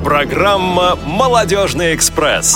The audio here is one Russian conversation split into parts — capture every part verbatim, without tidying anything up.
Программа «Молодежный экспресс».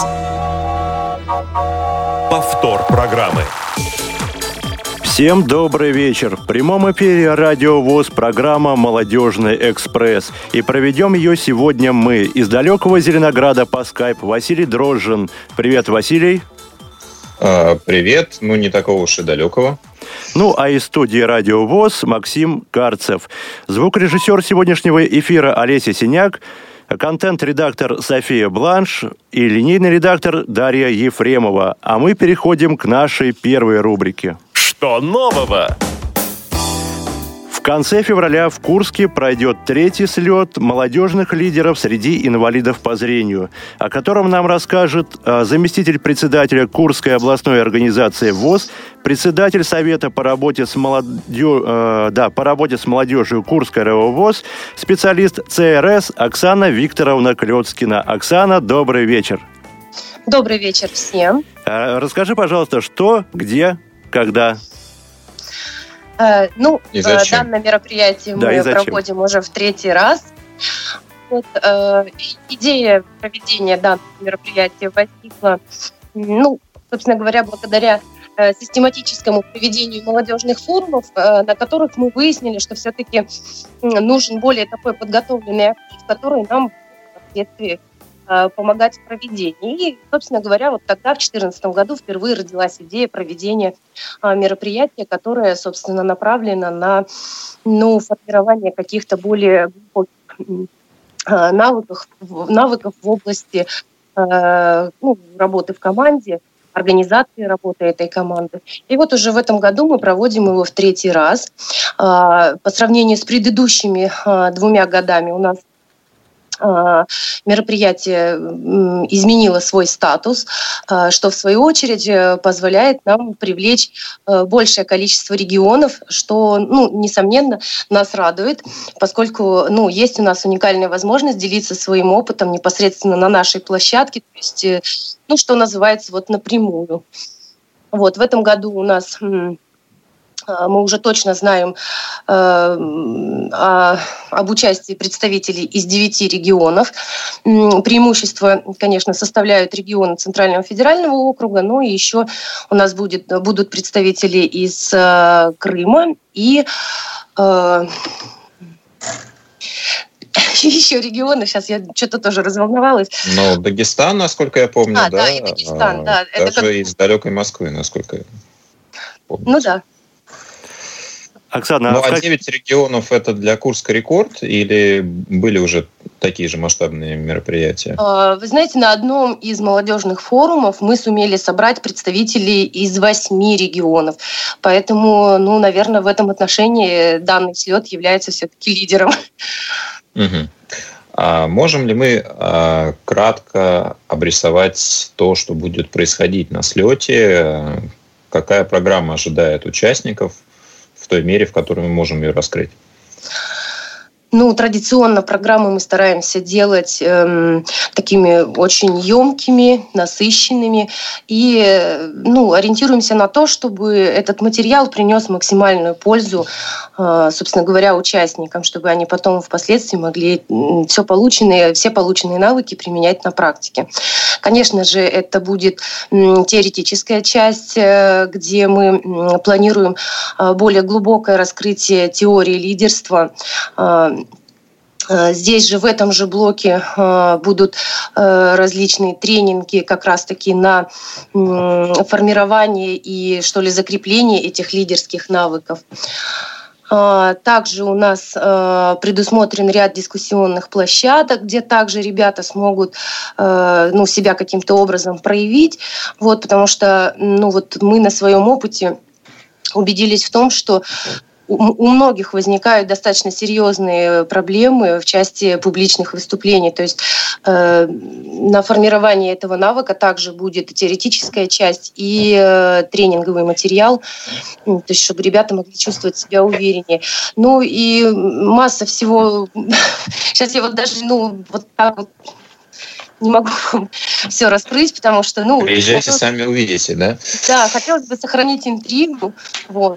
Повтор программы. Всем добрый вечер. В прямом эфире Радио ВОС программа «Молодежный экспресс». И проведем ее сегодня мы из далекого Зеленограда по скайпу Василий Дрожжин. Привет, Василий. А, привет. Ну, не такого уж и далекого. Ну, а из студии Радио ВОС Максим Карцев. Звукорежиссер сегодняшнего эфира Олеся Синяк, контент-редактор София Бланш и линейный редактор Дарья Ефремова. А мы переходим к нашей первой рубрике. Что нового? В конце февраля в Курске пройдет третий слет молодежных лидеров среди инвалидов по зрению, о котором нам расскажет заместитель председателя Курской областной организации ВОС, председатель Совета по работе с, молодё... э, да, по работе с молодежью Курской РО ВОС, специалист ЦРС Оксана Викторовна Клёцкина. Оксана, добрый вечер. Добрый вечер всем. Расскажи, пожалуйста, что, где, когда? Э, ну, данное мероприятие да, мы проводим уже в третий раз. Вот, э, идея проведения данного мероприятия возникла, ну, собственно говоря, благодаря э, систематическому проведению молодежных форумов, э, на которых мы выяснили, что все-таки нужен более такой подготовленный актив, который нам впоследствии помогать в проведении. И, собственно говоря, вот тогда, в две тысячи четырнадцатом году, впервые родилась идея проведения а, мероприятия, которое, собственно, направлено на ну, формирование каких-то более глубоких а, навыков, навыков в области а, ну, работы в команде, организации работы этой команды. И вот уже в этом году мы проводим его в третий раз. А, по сравнению с предыдущими а, двумя годами у нас мероприятие изменило свой статус, что в свою очередь позволяет нам привлечь большее количество регионов, что, ну, несомненно, нас радует, поскольку, ну, есть у нас уникальная возможность делиться своим опытом непосредственно на нашей площадке, то есть, ну, что называется, вот напрямую. Вот, в этом году у нас мы уже точно знаем э, о, об участии представителей из девяти регионов. Преимущество, конечно, составляют регионы Центрального федерального округа, но еще у нас будет, будут представители из э, Крыма и э, еще регионы. Сейчас я что-то тоже разволновалась. Ну, Дагестан, насколько я помню, а, да? Да, и Дагестан, да. Даже это как... из далекой Москвы, насколько я помню. Ну да. Оксана, ну, а а как... девять регионов это для Курска рекорд или были уже такие же масштабные мероприятия? Вы знаете, на одном из молодежных форумов мы сумели собрать представителей из восьми регионов. Поэтому, ну, наверное, в этом отношении данный слет является все-таки лидером. Угу. А можем ли мы а, кратко обрисовать то, что будет происходить на слете? Какая программа ожидает участников в той мере, в которой мы можем ее раскрыть? Ну, традиционно программы мы стараемся делать э, такими очень емкими, насыщенными и, ну, ориентируемся на то, чтобы этот материал принес максимальную пользу, э, собственно говоря, участникам, чтобы они потом впоследствии могли все полученные, все полученные навыки применять на практике. Конечно же, это будет теоретическая часть, где мы планируем более глубокое раскрытие теории лидерства. Здесь же, в этом же блоке, будут различные тренинги как раз-таки на формирование и, что ли, закрепление этих лидерских навыков. Также у нас предусмотрен ряд дискуссионных площадок, где также ребята смогут, ну, себя каким-то образом проявить, вот, потому что, ну, вот мы на своем опыте убедились в том, что у многих возникают достаточно серьезные проблемы в части публичных выступлений. То есть э, на формирование этого навыка также будет и теоретическая часть, и э, тренинговый материал, то есть чтобы ребята могли чувствовать себя увереннее. Ну и масса всего. Сейчас я вот даже, ну, вот так вот не могу все раскрыть, потому что, ну... Приезжайте, хотелось... сами увидите, да? Да, хотелось бы сохранить интригу, вот.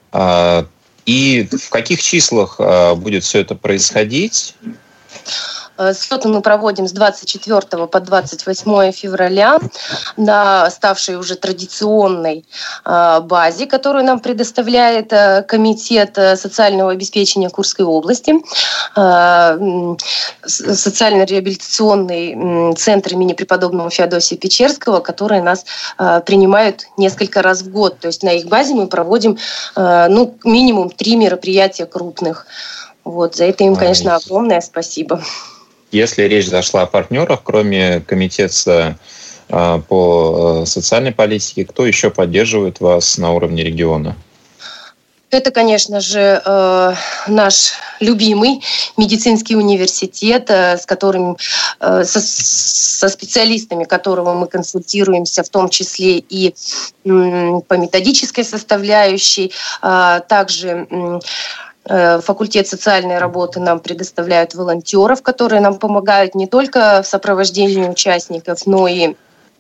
И в каких числах будет все это происходить? Слеты мы проводим с двадцать четвёртого по двадцать восьмое февраля на ставшей уже традиционной базе, которую нам предоставляет Комитет социального обеспечения Курской области, социально-реабилитационный центр имени преподобного Феодосия Печерского, которые нас принимают несколько раз в год. То есть на их базе мы проводим ну, минимум три мероприятия крупных. Вот, за это им, конечно, огромное спасибо. Если речь зашла о партнерах, кроме комитета по социальной политике, кто еще поддерживает вас на уровне региона? Это, конечно же, наш любимый медицинский университет, с которым, со, со специалистами которого мы консультируемся, в том числе и по методической составляющей. Также факультет социальной работы нам предоставляют волонтеров, которые нам помогают не только в сопровождении участников, но и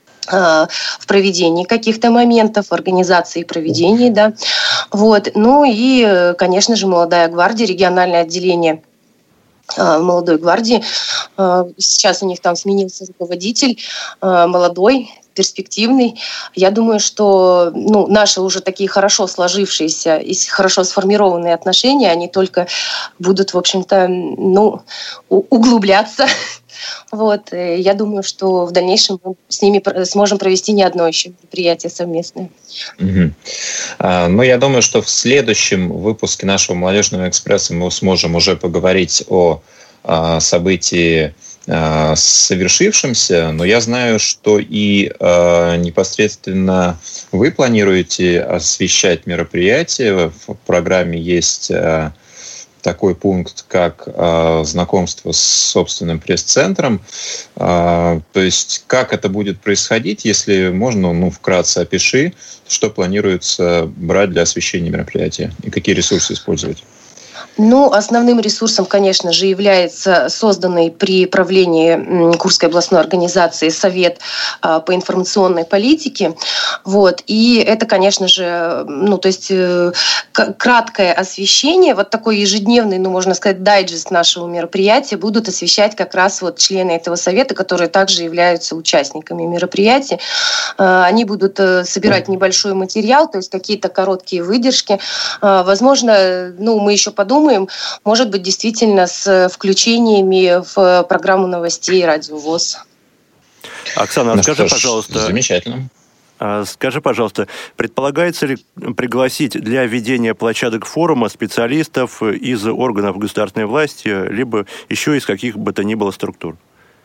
в проведении каких-то моментов, в организации и проведении, да. Вот. Ну и, конечно же, молодая гвардия, региональное отделение молодой гвардии. Сейчас у них там сменился руководитель, молодой, перспективный. Я думаю, что ну, наши уже такие хорошо сложившиеся и хорошо сформированные отношения, они только будут, в общем-то, ну, углубляться. Вот. Я думаю, что в дальнейшем мы с ними сможем провести не одно еще мероприятие совместное. Угу. А, ну, я думаю, что в следующем выпуске нашего «Молодежного экспресса» мы сможем уже поговорить о, о событии э, совершившемся, но я знаю, что и э, непосредственно вы планируете освещать мероприятие. В программе есть э, такой пункт, как э, знакомство с собственным пресс-центром. Э, то есть, как это будет происходить, если можно, ну, вкратце опиши, что планируется брать для освещения мероприятия и какие ресурсы использовать. Ну, основным ресурсом, конечно же, является созданный при правлении Курской областной организации Совет по информационной политике. Вот. И это, конечно же, ну, то есть краткое освещение, вот такой ежедневный, ну, можно сказать, дайджест нашего мероприятия будут освещать как раз вот члены этого совета, которые также являются участниками мероприятия. Они будут собирать небольшой материал, то есть какие-то короткие выдержки. Возможно, ну, мы еще подумаем, может быть, действительно с включениями в программу новостей «Радио ВОС». Оксана, ну, скажи, пожалуйста... Замечательно. Скажи, пожалуйста, предполагается ли пригласить для ведения площадок форума специалистов из органов государственной власти, либо еще из каких бы то ни было структур?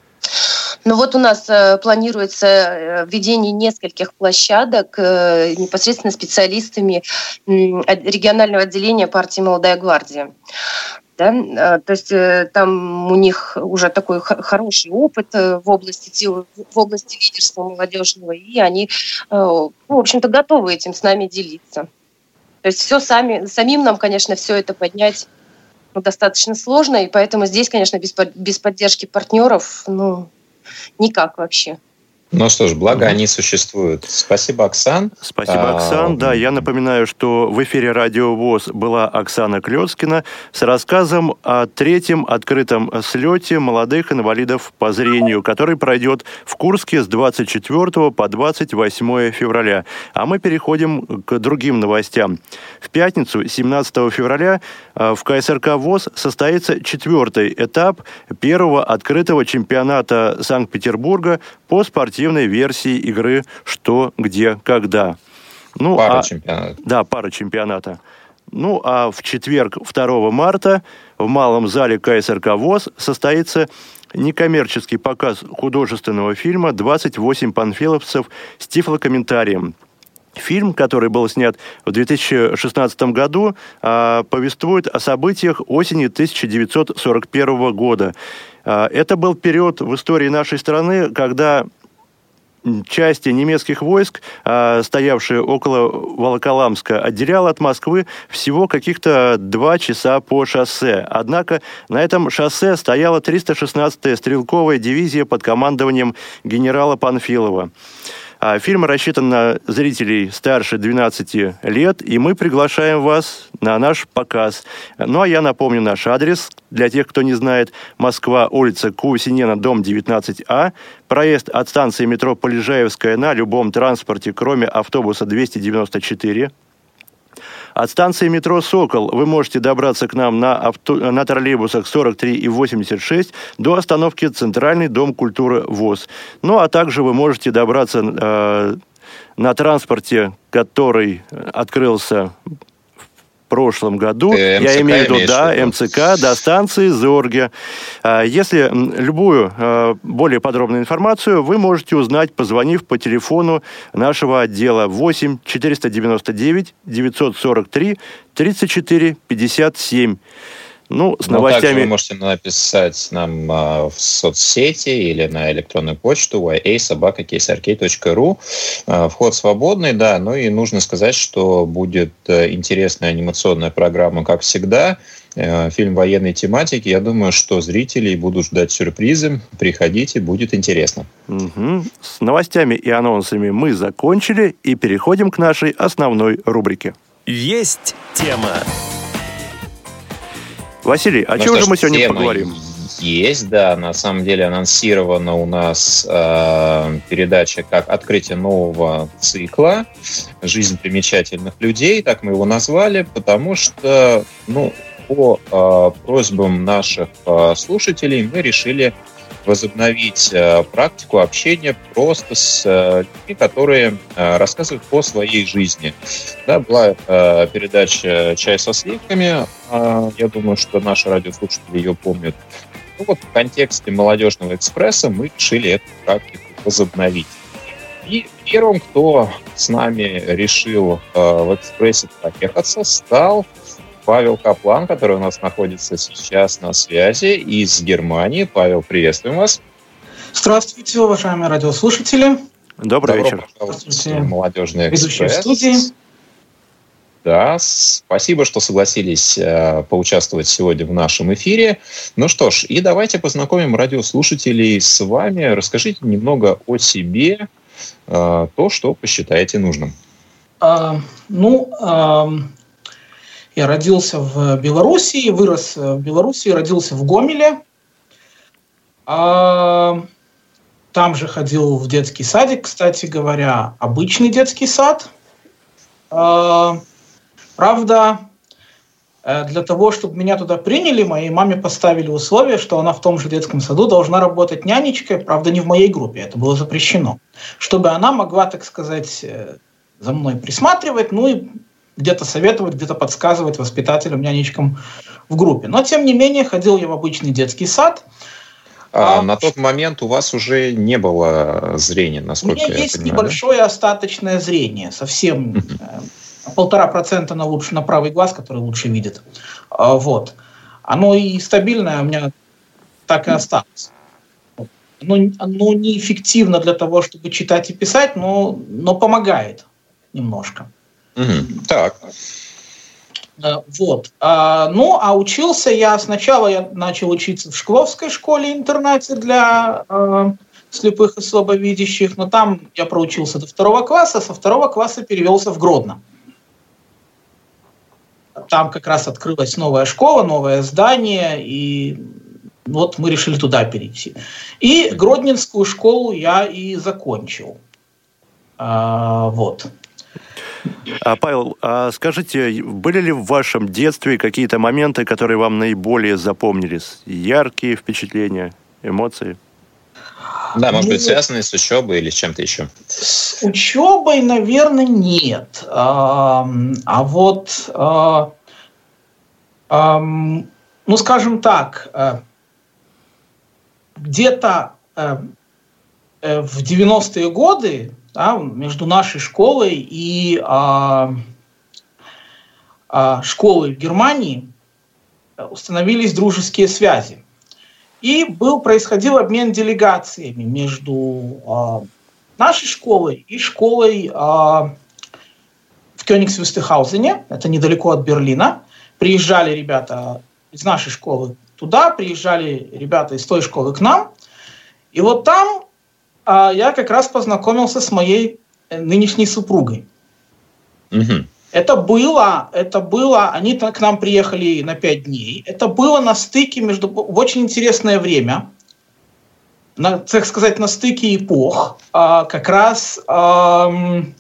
Ну вот у нас э, планируется введение нескольких площадок э, непосредственно специалистами э, регионального отделения партии «Молодая гвардия». Да? Э, то есть э, там у них уже такой х- хороший опыт э, в области, в области лидерства молодежного, и они, э, ну, в общем-то, готовы этим с нами делиться. То есть все сами, самим нам, конечно, все это поднять ну, достаточно сложно, и поэтому здесь, конечно, без, без поддержки партнеров, ну, никак вообще. Ну что ж, благо mm-hmm. они существуют. Спасибо, Оксан. Спасибо, Оксан. А... Да, я напоминаю, что в эфире Радио ВОС была Оксана Клёцкина с рассказом о третьем открытом слете молодых инвалидов по зрению, который пройдет в Курске с двадцать четвёртого по двадцать восьмое февраля. А мы переходим к другим новостям. В пятницу, семнадцатого февраля, в ка эс эр ка ВОС состоится четвертый этап первого открытого чемпионата Санкт-Петербурга по спортивной версии игры «Что, где, когда». Ну, пара а, чемпионата. Да, пара чемпионата. Ну, а в четверг, второго марта, в малом зале ка эс эр ка ВОС состоится некоммерческий показ художественного фильма «двадцать восемь панфиловцев» с тифлокомментарием. Фильм, который был снят в две тысячи шестнадцатом году, повествует о событиях осени тысяча девятьсот сорок первого года. Это был период в истории нашей страны, когда части немецких войск, стоявшие около Волоколамска, отделяло от Москвы всего каких-то два часа по шоссе. Однако на этом шоссе стояла триста шестнадцатая стрелковая дивизия под командованием генерала Панфилова. Фильм рассчитан на зрителей старше двенадцати лет, и мы приглашаем вас на наш показ. Ну, а я напомню наш адрес. Для тех, кто не знает, Москва, улица Кусинена, дом девятнадцать А. Проезд от станции метро Полежаевская на любом транспорте, кроме автобуса двести девяносто четыре. От станции метро «Сокол» вы можете добраться к нам на, авто... на троллейбусах сорок три и восемьдесят шесть до остановки «Центральный дом культуры ВОЗ». Ну, а также вы можете добраться э, на транспорте, который открылся в прошлом году. Ты Я имею в виду, да, виду? МЦК, до станции Зорге. Если любую более подробную информацию вы можете узнать, позвонив по телефону нашего отдела восемь четыреста девяносто девять девятьсот сорок три тридцать четыре пятьдесят семь. Ну, с ну, новостями... Также вы можете написать нам а, в соцсети или на электронную почту уай эй собака кейс ар кей точка ру. А, вход свободный, да. Ну и нужно сказать, что будет а, интересная анимационная программа, как всегда. А, фильм военной тематики. Я думаю, что зрителей будут ждать сюрпризы. Приходите, будет интересно. Угу. С новостями и анонсами мы закончили и переходим к нашей основной рубрике. Есть тема. Василий, о ну, чем же мы сегодня поговорим? Есть, да. На самом деле анонсирована у нас э, передача как открытие нового цикла «Жизнь примечательных людей», так мы его назвали, потому что ну, по э, просьбам наших э, слушателей мы решили возобновить э, практику общения просто с э, людьми, которые э, рассказывают о своей жизни. Да, была э, передача «Чай со сливками». Э, я думаю, что наши радиослушатели ее помнят. Ну вот в контексте «Молодежного экспресса» мы решили эту практику возобновить. И первым, кто с нами решил э, в «Экспрессе» проехаться, стал Павел Каплан, который у нас находится сейчас на связи из Германии. Павел, приветствуем вас. Здравствуйте, уважаемые радиослушатели. Добрый Добро вечер. пожаловать в «Молодежный экспресс». Ведущий в студии. Да, спасибо, что согласились э, поучаствовать сегодня в нашем эфире. Ну что ж, и давайте познакомим радиослушателей с вами. Расскажите немного о себе, э, то, что посчитаете нужным. А, ну, а, я родился в Белоруссии, вырос в Белоруссии, родился в Гомеле. А, там же ходил в детский садик, кстати говоря, обычный детский сад. А, Правда, для того, чтобы меня туда приняли, моей маме поставили условие, что она в том же детском саду должна работать нянечкой, правда, не в моей группе, это было запрещено, чтобы она могла, так сказать, за мной присматривать, ну и где-то советовать, где-то подсказывать воспитателям, нянечкам в группе. Но, тем не менее, ходил я в обычный детский сад. А, а на тот момент у вас уже не было зрения, насколько я понимаю. У меня есть небольшое, да? остаточное зрение, совсем... Полтора процента на, лучше, на правый глаз, который лучше видит. А, вот. Оно и стабильное у меня так и осталось. Оно, оно неэффективно для того, чтобы читать и писать, но, но помогает немножко. Угу. Так. А, вот. А, ну, а учился я... Сначала я начал учиться в Шкловской школе-интернате для... А, слепых и слабовидящих, но там я проучился до второго класса, со второго класса перевелся в Гродно. Там как раз открылась новая школа, новое здание, и вот мы решили туда перейти. И Гродненскую школу я и закончил. А, вот. А, Павел, а скажите, были ли в вашем детстве какие-то моменты, которые вам наиболее запомнились? Яркие впечатления, эмоции? Да, может ну, быть, связанные с учебой или с чем-то еще? С учебой, наверное, нет. А, а вот, а, а, ну, скажем так, где-то а, в девяностые годы, да, между нашей школой и а, а, школой в Германии установились дружеские связи. И был, происходил обмен делегациями между э, нашей школой и школой э, в Кёнигсвюстехаузене, это недалеко от Берлина. Приезжали ребята из нашей школы туда, приезжали ребята из той школы к нам. И вот там я как раз познакомился с моей нынешней супругой. Угу. Это было, это было, они к нам приехали на пять дней. Это было на стыке между, в очень интересное время, на, так сказать, на стыке эпох, а, как раз а,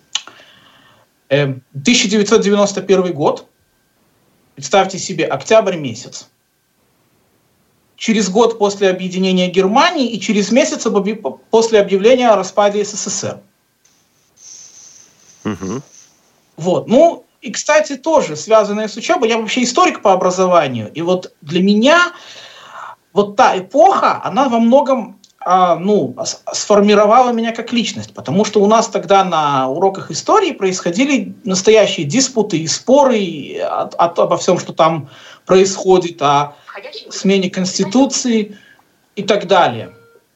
э, тысяча девятьсот девяносто первый год. Представьте себе, октябрь месяц. Через год после объединения Германии и через месяц объ... после объявления о распаде СССР. Угу. Вот. Ну, и, кстати, тоже связанное с учебой. Я вообще историк по образованию. И вот для меня вот та эпоха, она во многом а, ну, сформировала меня как личность. Потому что у нас тогда на уроках истории происходили настоящие диспуты и споры от, от, обо всем, что там происходит, о смене Конституции и так далее.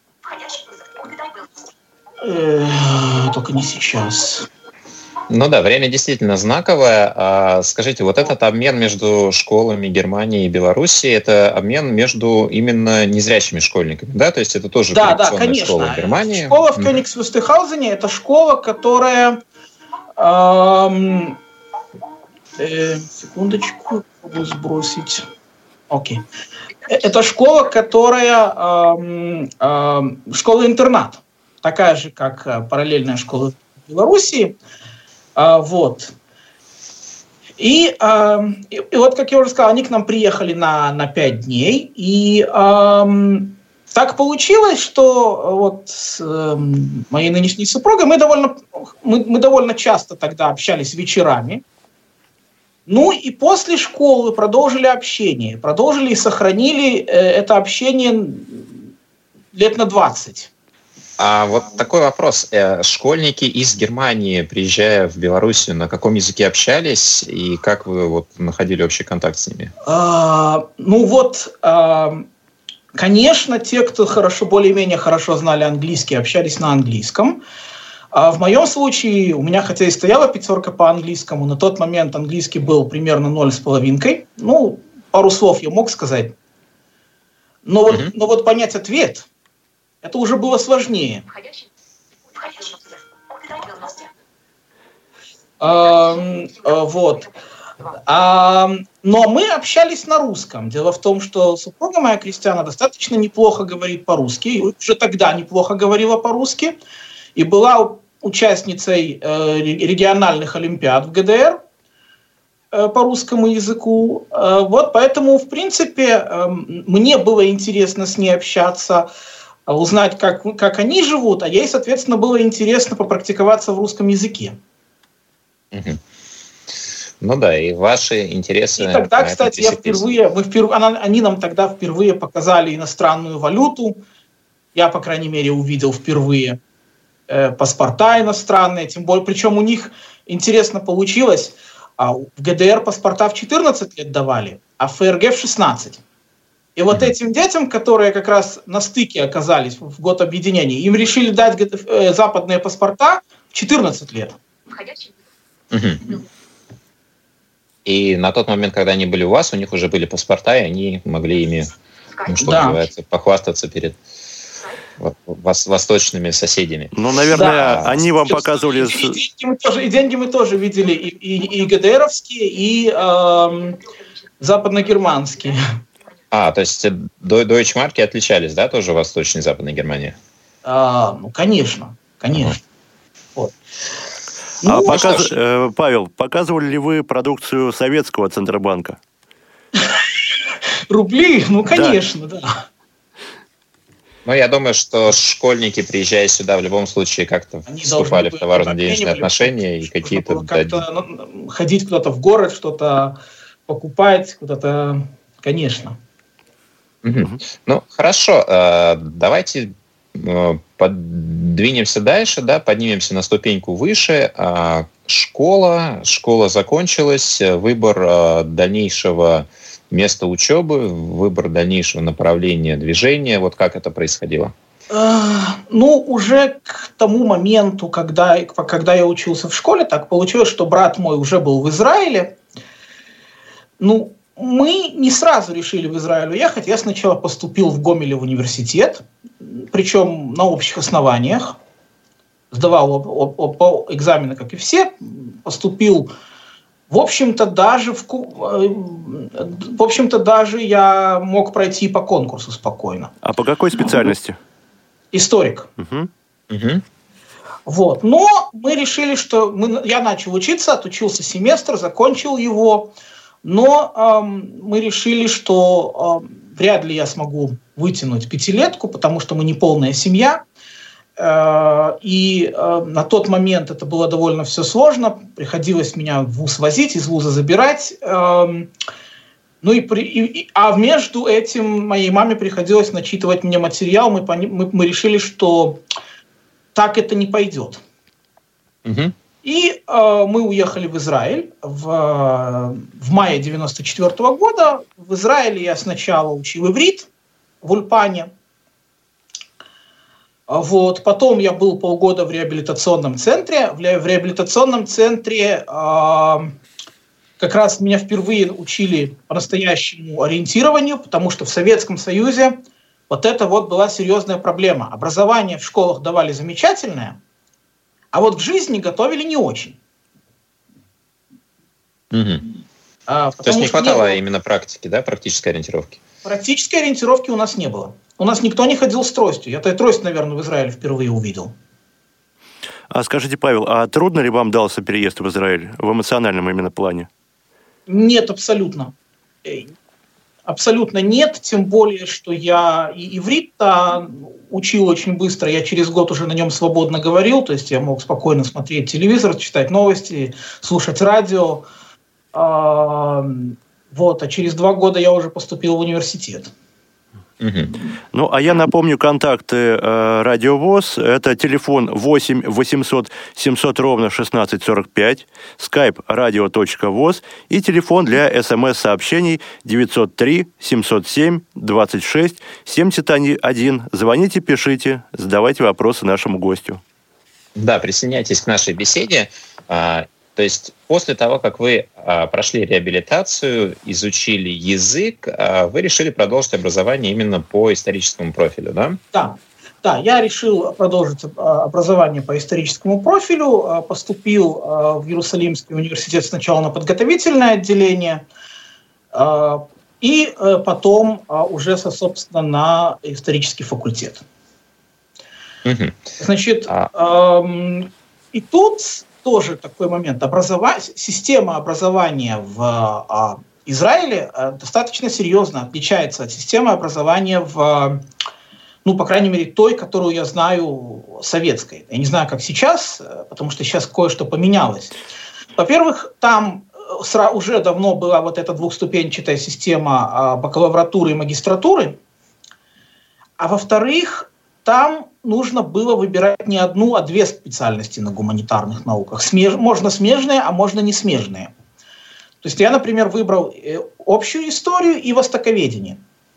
Э, только не сейчас. Ну да, время действительно знаковое. А скажите, вот этот обмен между школами Германии и Белоруссии, это обмен между именно незрячими школьниками, да? То есть это тоже да, да, коррекционная конечно. школа в Германии? Школа в Кёнигс-Вюстехаузене – это школа, которая… Эм, э, секундочку, могу сбросить. Окей. Это школа, которая… Эм, эм, школа-интернат. Такая же, как параллельная школа в Белоруссии. А, вот. И, а, и, и вот, как я уже сказал, они к нам приехали на, на пять дней. И а, так получилось, что вот с а, моей нынешней супругой мы довольно, мы, мы довольно часто тогда общались вечерами. Ну и после школы продолжили общение. Продолжили и сохранили э, это общение лет на двадцать. А вот такой вопрос. Школьники из Германии, приезжая в Белоруссию, на каком языке общались и как вы вот находили общий контакт с ними? А, ну вот, а, конечно, те, кто хорошо, более-менее хорошо знали английский, общались на английском. А в моем случае у меня, хотя и стояла пятерка по английскому, на тот момент английский был примерно ноль с половинкой. Ну, пару слов я мог сказать. Но вот, mm-hmm. но вот понять ответ... Это уже было сложнее. А, а, вот. А, но мы общались на русском. Дело в том, что супруга моя Кристиана достаточно неплохо говорит по-русски. Уже тогда неплохо говорила по-русски. И была участницей э, региональных олимпиад в ГДР э, по русскому языку. Э, вот, поэтому, в принципе, э, мне было интересно с ней общаться, узнать, как, как они живут, а ей, соответственно, было интересно попрактиковаться в русском языке. Угу. Ну да, и ваши интересы... И тогда, кстати, я впервые, мы впервые, она, они нам тогда впервые показали иностранную валюту. Я, по крайней мере, увидел впервые э, паспорта иностранные. Тем более, причем у них интересно получилось. А в ГДР паспорта в четырнадцать лет давали, а в ФРГ в шестнадцать. И вот этим детям, которые как раз на стыке оказались в год объединения, им решили дать э, западные паспорта в четырнадцать лет. Угу. И на тот момент, когда они были у вас, у них уже были паспорта, и они могли ими, ну, что да. называется, похвастаться перед вос- восточными соседями. Ну, наверное, да. они вам показывали... И, и, деньги мы тоже, и деньги мы тоже видели, и, и, и ГДРовские, и э, западногерманские. А, то есть дойчмарки отличались, да, тоже в Восточной и Западной Германии? А, ну, конечно, конечно. Вот. Ну, а показ... э, Павел, показывали ли вы продукцию советского Центробанка? Рубли? Ну, конечно, да. да. Ну, я думаю, что школьники, приезжая сюда, в любом случае как-то Они вступали в товарно-денежные отношения и какие-то... Как-то ну, ходить куда-то в город, что-то покупать, куда-то, конечно. Угу. Ну, хорошо, давайте подвинемся дальше, да, поднимемся на ступеньку выше. Школа, школа закончилась, выбор дальнейшего места учебы, выбор дальнейшего направления движения. Вот как это происходило? Ну, уже к тому моменту, когда, когда я учился в школе, так получилось, что брат мой уже был в Израиле. Ну, мы не сразу решили в Израиль уехать. Я сначала поступил в Гомеле в университет, причем на общих основаниях. сдавал об, об, об, экзамены, как и все, поступил. В общем-то, даже в, в общем-то, даже я мог пройти по конкурсу спокойно. А по какой специальности? Историк. Угу. Угу. Вот. Но мы решили, что мы, я начал учиться, отучился семестр, закончил его, но эм, мы решили, что эм, вряд ли я смогу вытянуть пятилетку, потому что мы не полная семья. Э, и э, на тот момент это было довольно все сложно. Приходилось меня в вуз возить, из вуза забирать. Э, ну и, при, и а между этим моей маме приходилось начитывать мне материал. Мы, мы, мы решили, что так это не пойдет. Угу. И э, мы уехали в Израиль в, в мае девяносто четвёртого года. В Израиле я сначала учил иврит в Ульпане. Вот. Потом я был полгода в реабилитационном центре. В, в реабилитационном центре э, как раз меня впервые учили по-настоящему ориентированию, потому что в Советском Союзе вот это вот была серьезная проблема. Образование в школах давали замечательное, а вот к жизни готовили не очень. Угу. А, То есть не хватало не именно практики, да, практической ориентировки? Практической ориентировки у нас не было. У нас никто не ходил с тростью. Я-то и трость, наверное, в Израиле впервые увидел. А скажите, Павел, а трудно ли вам дался переезд в Израиль в эмоциональном именно плане? Нет, абсолютно. Абсолютно нет, тем более, что я и иврит-то учил очень быстро, я через год уже на нем свободно говорил, то есть я мог спокойно смотреть телевизор, читать новости, слушать радио. А, вот, а через два года я уже поступил в университет. Угу. Ну, а я напомню контакты э, Радио ВОС. Это телефон восемь восемьсот семьсот ровно шестнадцать сорок пять, skype radio.voz и телефон для смс-сообщений девятьсот три семьсот семь двадцать шесть семьдесят один. Звоните, пишите, задавайте вопросы нашему гостю. Да, присоединяйтесь к нашей беседе. То есть после того, как вы а, прошли реабилитацию, изучили язык, а, вы решили продолжить образование именно по историческому профилю, да? Да, да, я решил продолжить а, образование по историческому профилю, а, поступил а, в Иерусалимский университет сначала на подготовительное отделение, а, и а, потом а, уже, собственно, на исторический факультет. Угу. Значит, а... а, и тут... тоже такой момент. Образова... Система образования в а, Израиле а, достаточно серьезно отличается от системы образования в, ну, по крайней мере, той, которую я знаю, советской. Я не знаю, как сейчас, потому что сейчас кое-что поменялось. Во-первых, там уже давно была вот эта двухступенчатая система а, бакалавратуры и магистратуры, а во-вторых, там нужно было выбирать не одну, а две специальности на гуманитарных науках. Смеж... Можно смежные, а можно не смежные. То есть я, например, выбрал общую историю и востоковедение.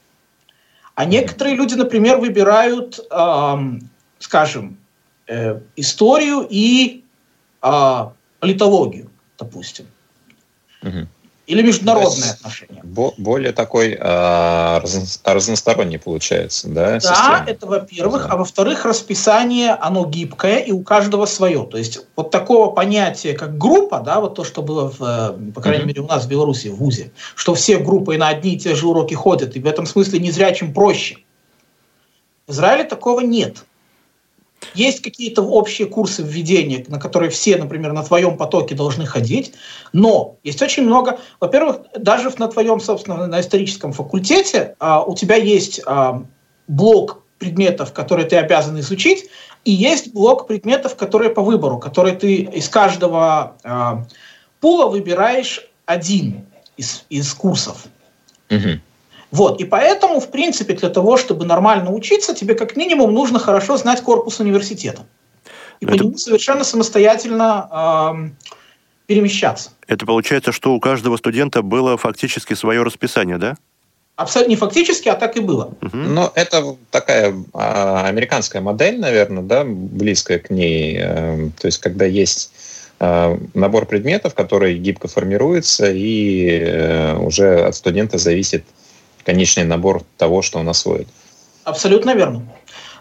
А некоторые люди, например, выбирают, э, скажем, э, историю и э, политологию, допустим. Угу. Или международные отношения. Более такой э, разносторонний получается, да? Да, система? Это во-первых. А во-вторых, расписание, оно гибкое, и у каждого свое. То есть вот такого понятия, как группа, да, вот то, что было, в, по крайней mm-hmm. мере, у нас в Беларуси, в ВУЗе, что все группы на одни и те же уроки ходят, и в этом смысле незрячим проще. В Израиле такого нет. Есть какие-то общие курсы введения, на которые все, например, на твоем потоке должны ходить, но есть очень много... Во-первых, даже на твоем, собственно, на историческом факультете а, у тебя есть а, блок предметов, которые ты обязан изучить, и есть блок предметов, которые по выбору, которые ты из каждого а, пула выбираешь один из, из курсов. Угу. Вот, и поэтому, в принципе, для того, чтобы нормально учиться, тебе как минимум нужно хорошо знать корпус университета. И это... по нему совершенно самостоятельно э, перемещаться. Это получается, что у каждого студента было фактически свое расписание, да? Абсолютно не фактически, а так и было. Угу. Но это такая а, американская модель, наверное, да, близкая к ней. А, то есть, когда есть а, набор предметов, который гибко формируется, и а, уже от студента зависит конечный набор того, что он освоит. Абсолютно верно.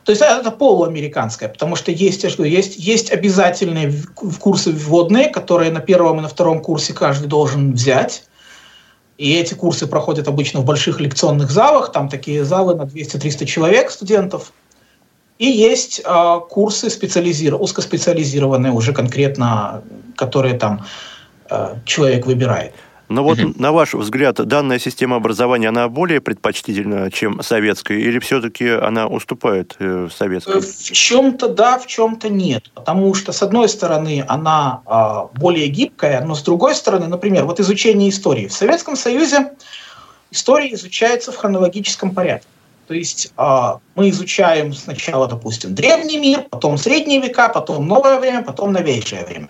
То есть это полуамериканское, потому что есть, есть, есть обязательные курсы вводные, которые на первом и на втором курсе каждый должен взять. И эти курсы проходят обычно в больших лекционных залах, там такие залы на двести-триста человек студентов. И есть э, курсы специализиров... узкоспециализированные уже конкретно, которые там э, человек выбирает. Но вот, угу. на ваш взгляд, данная система образования, она более предпочтительна, чем советская, или все-таки она уступает э, советской? В чем-то да, в чем-то нет. Потому что, с одной стороны, она э, более гибкая, но с другой стороны, например, вот изучение истории. В Советском Союзе история изучается в хронологическом порядке. То есть э, мы изучаем сначала, допустим, древний мир, потом средние века, потом новое время, потом новейшее время.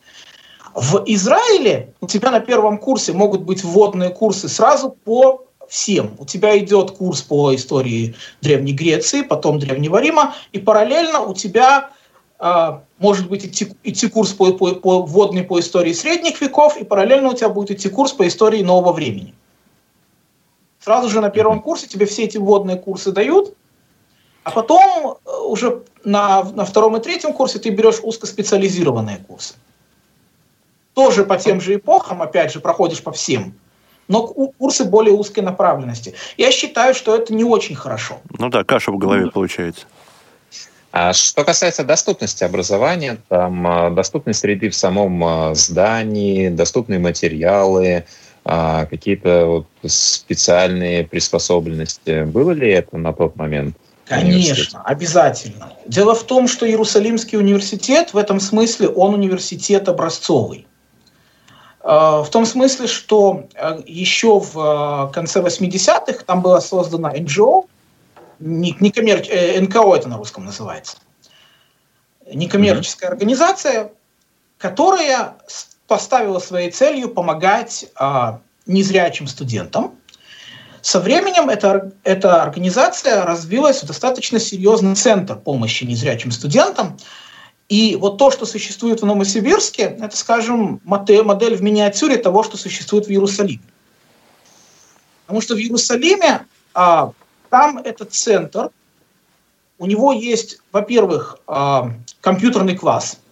В Израиле у тебя на первом курсе могут быть вводные курсы сразу по всем. У тебя идет курс по истории Древней Греции, потом Древнего Рима, и параллельно у тебя э, может быть идти, идти курс по, по, по вводный по истории средних веков, и параллельно у тебя будет идти курс по истории нового времени. Сразу же на первом курсе тебе все эти вводные курсы дают, а потом уже на, на втором и третьем курсе ты берешь узкоспециализированные курсы. Тоже по тем же эпохам, опять же, проходишь по всем, но курсы более узкой направленности. Я считаю, что это не очень хорошо. Ну да, каша в голове mm-hmm. получается. А что касается доступности образования, там доступность среды в самом здании, доступные материалы, какие-то вот специальные приспособленности. Было ли это на тот момент? Конечно, обязательно. Дело в том, что Иерусалимский университет в этом смысле, он университет образцовый. В том смысле, что еще в конце восьмидесятых там была создана эн джи о, не, не коммер... эн ка о это на русском называется, некоммерческая mm-hmm. организация, которая поставила своей целью помогать а, незрячим студентам. Со временем эта, эта организация развилась в достаточно серьезный центр помощи незрячим студентам. И вот то, что существует в Новосибирске, это, скажем, модель, модель в миниатюре того, что существует в Иерусалиме. Потому что в Иерусалиме а, там этот центр, у него есть, во-первых, а, компьютерный класс,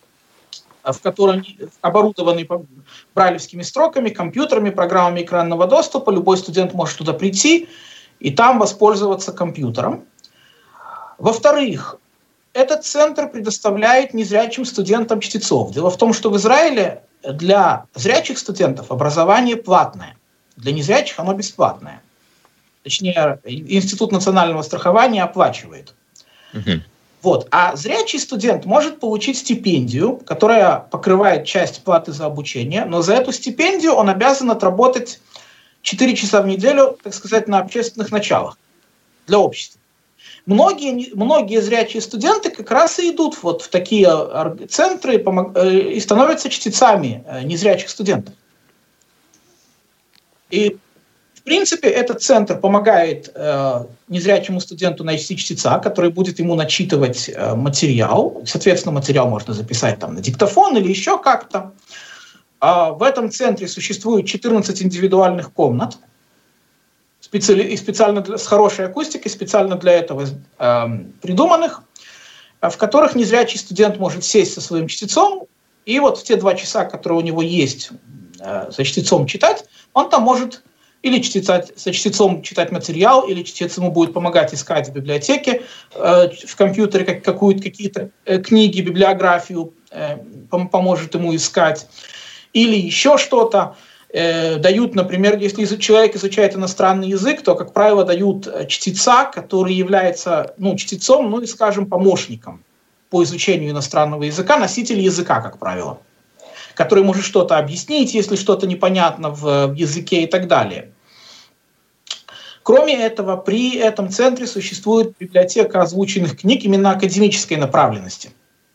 в котором оборудованный брайлевскими строками, компьютерами, программами экранного доступа. Любой студент может туда прийти и там воспользоваться компьютером. Во-вторых, этот центр предоставляет незрячим студентам чтецов. Дело в том, что в Израиле для зрячих студентов образование платное, для незрячих оно бесплатное. Точнее, Институт национального страхования оплачивает. Угу. Вот. А зрячий студент может получить стипендию, которая покрывает часть платы за обучение, но за эту стипендию он обязан отработать четыре часа в неделю, так сказать, на общественных началах для общества. Многие, многие зрячие студенты как раз и идут вот в такие центры и становятся чтецами незрячих студентов. И в принципе, этот центр помогает э, незрячему студенту найти чтеца, который будет ему начитывать э, материал. Соответственно, материал можно записать там, на диктофон или еще как-то. А в этом центре существует четырнадцать индивидуальных комнат, специали, специально для, с хорошей акустикой, специально для этого э, придуманных, в которых незрячий студент может сесть со своим чтецом, и вот в те два часа, которые у него есть э, за чтецом читать, он там может или чтеца, со чтецом читать материал, или чтец ему будет помогать искать в библиотеке, э, в компьютере как, какую-то, какие-то э, книги, библиографию, э, пом- поможет ему искать, или еще что-то. Э, дают, например, если человек изучает иностранный язык, то, как правило, дают чтеца, который является ну, чтецом, ну и, скажем, помощником по изучению иностранного языка, носитель языка, как правило, который может что-то объяснить, если что-то непонятно в языке и так далее. Кроме этого, при этом центре существует библиотека озвученных книг именно академической направленности.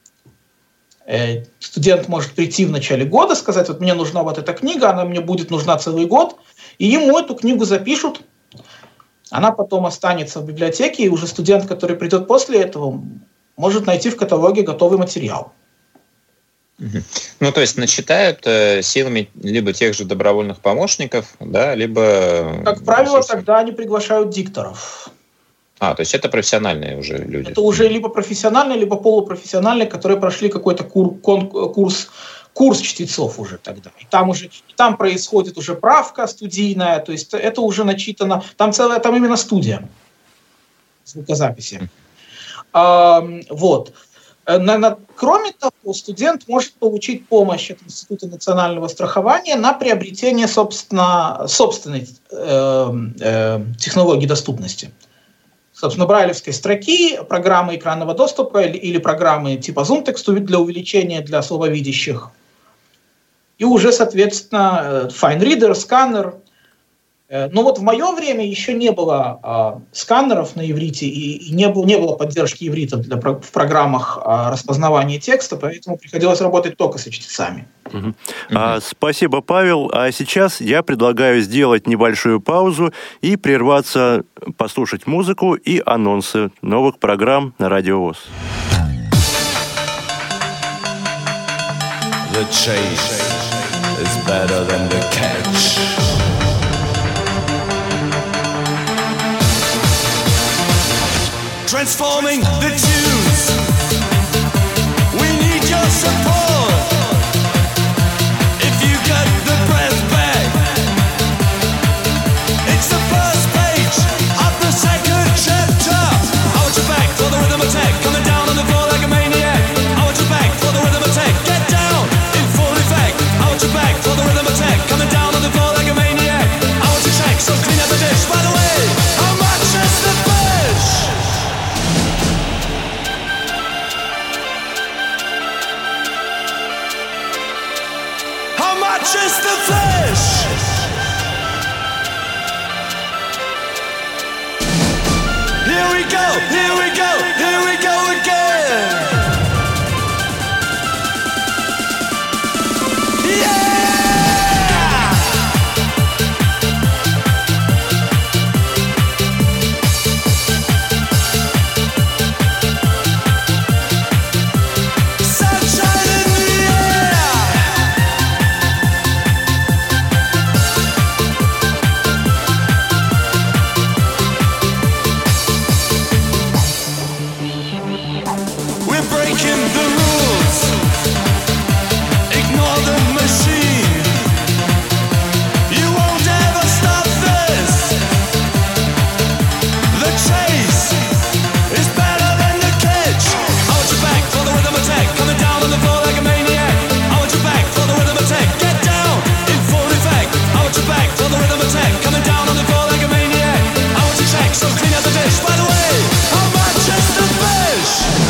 Студент может прийти в начале года, сказать, вот мне нужна вот эта книга, она мне будет нужна целый год, и ему эту книгу запишут, она потом останется в библиотеке, и уже студент, который придет после этого, может найти в каталоге готовый материал. Ну, то есть начитают э, силами либо тех же добровольных помощников, да, либо... Как правило, тогда они приглашают дикторов. А, то есть это профессиональные уже люди? Это уже либо профессиональные, либо полупрофессиональные, которые прошли какой-то кур, кон, курс, курс чтецов уже тогда. И там уже там происходит уже правка студийная, то есть это уже начитано. Там целая, там именно студия звукозаписи. А, вот. На, на, кроме того, студент может получить помощь от Института национального страхования на приобретение, собственно, собственной э, э, технологии доступности. Собственно, брайлевской строки, программы экранного доступа или, или программы типа ZoomText для увеличения для слабовидящих. И уже, соответственно, FineReader, сканер. Но вот в мое время еще не было а, сканеров на иврите и, и не, было, не было поддержки иврита для, в программах а, распознавания текста, поэтому приходилось работать только со чтецами. Угу. Угу. А, спасибо, Павел. А сейчас я предлагаю сделать небольшую паузу и прерваться, послушать музыку и анонсы новых программ на Радио ВОС. The chase is better than the catch. Transforming the tunes. We need your support. If you got the breath back, it's the first page of the second chapter. I want you back for the rhythm attack, coming down on the floor like a maniac. I want you back for the rhythm attack, get down in full effect. I want you back for the rhythm attack, coming down on the floor like a maniac. I want you check, so clean up the dish. By the way, how much is the fish? Just the flesh. Here we go, here we go, here we go again. Yeah! Sunshine in the air. Breaking the rules, ignore the machine. You won't ever stop this. The chase is better than the catch. I want you back for the rhythm attack, coming down on the floor like a maniac. I want you back for the rhythm attack, get down in full effect. I want you back for the rhythm attack, coming down on the floor like a maniac. I want you check, so clean up the dish. By the way, how much is the fish?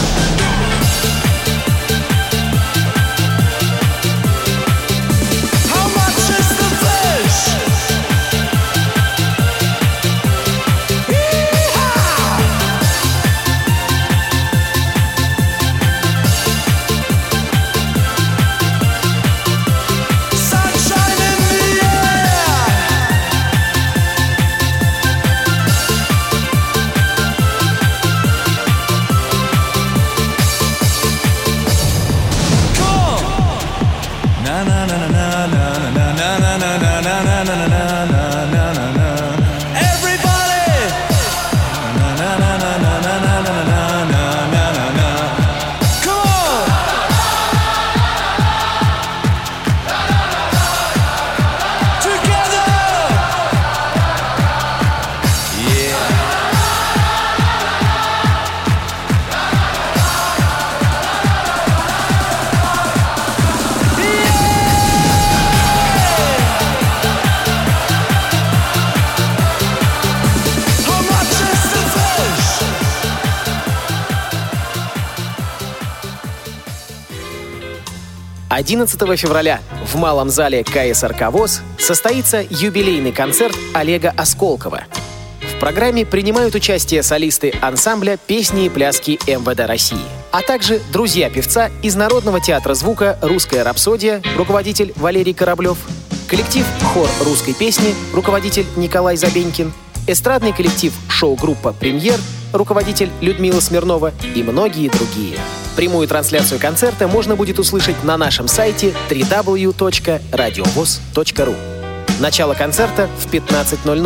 одиннадцатого февраля в Малом зале ка эс эр ка ВОС состоится юбилейный концерт Олега Осколкова. В программе принимают участие солисты ансамбля «Песни и пляски эм вэ дэ России», а также друзья певца из Народного театра звука «Русская рапсодия», руководитель Валерий Кораблев, коллектив «Хор русской песни», руководитель Николай Забенькин, эстрадный коллектив шоу-группа «Премьер», руководитель Людмила Смирнова и многие другие. Прямую трансляцию концерта можно будет услышать на нашем сайте дабл ю дабл ю дабл ю точка радиовос точка ру. Начало концерта в пятнадцать ноль ноль.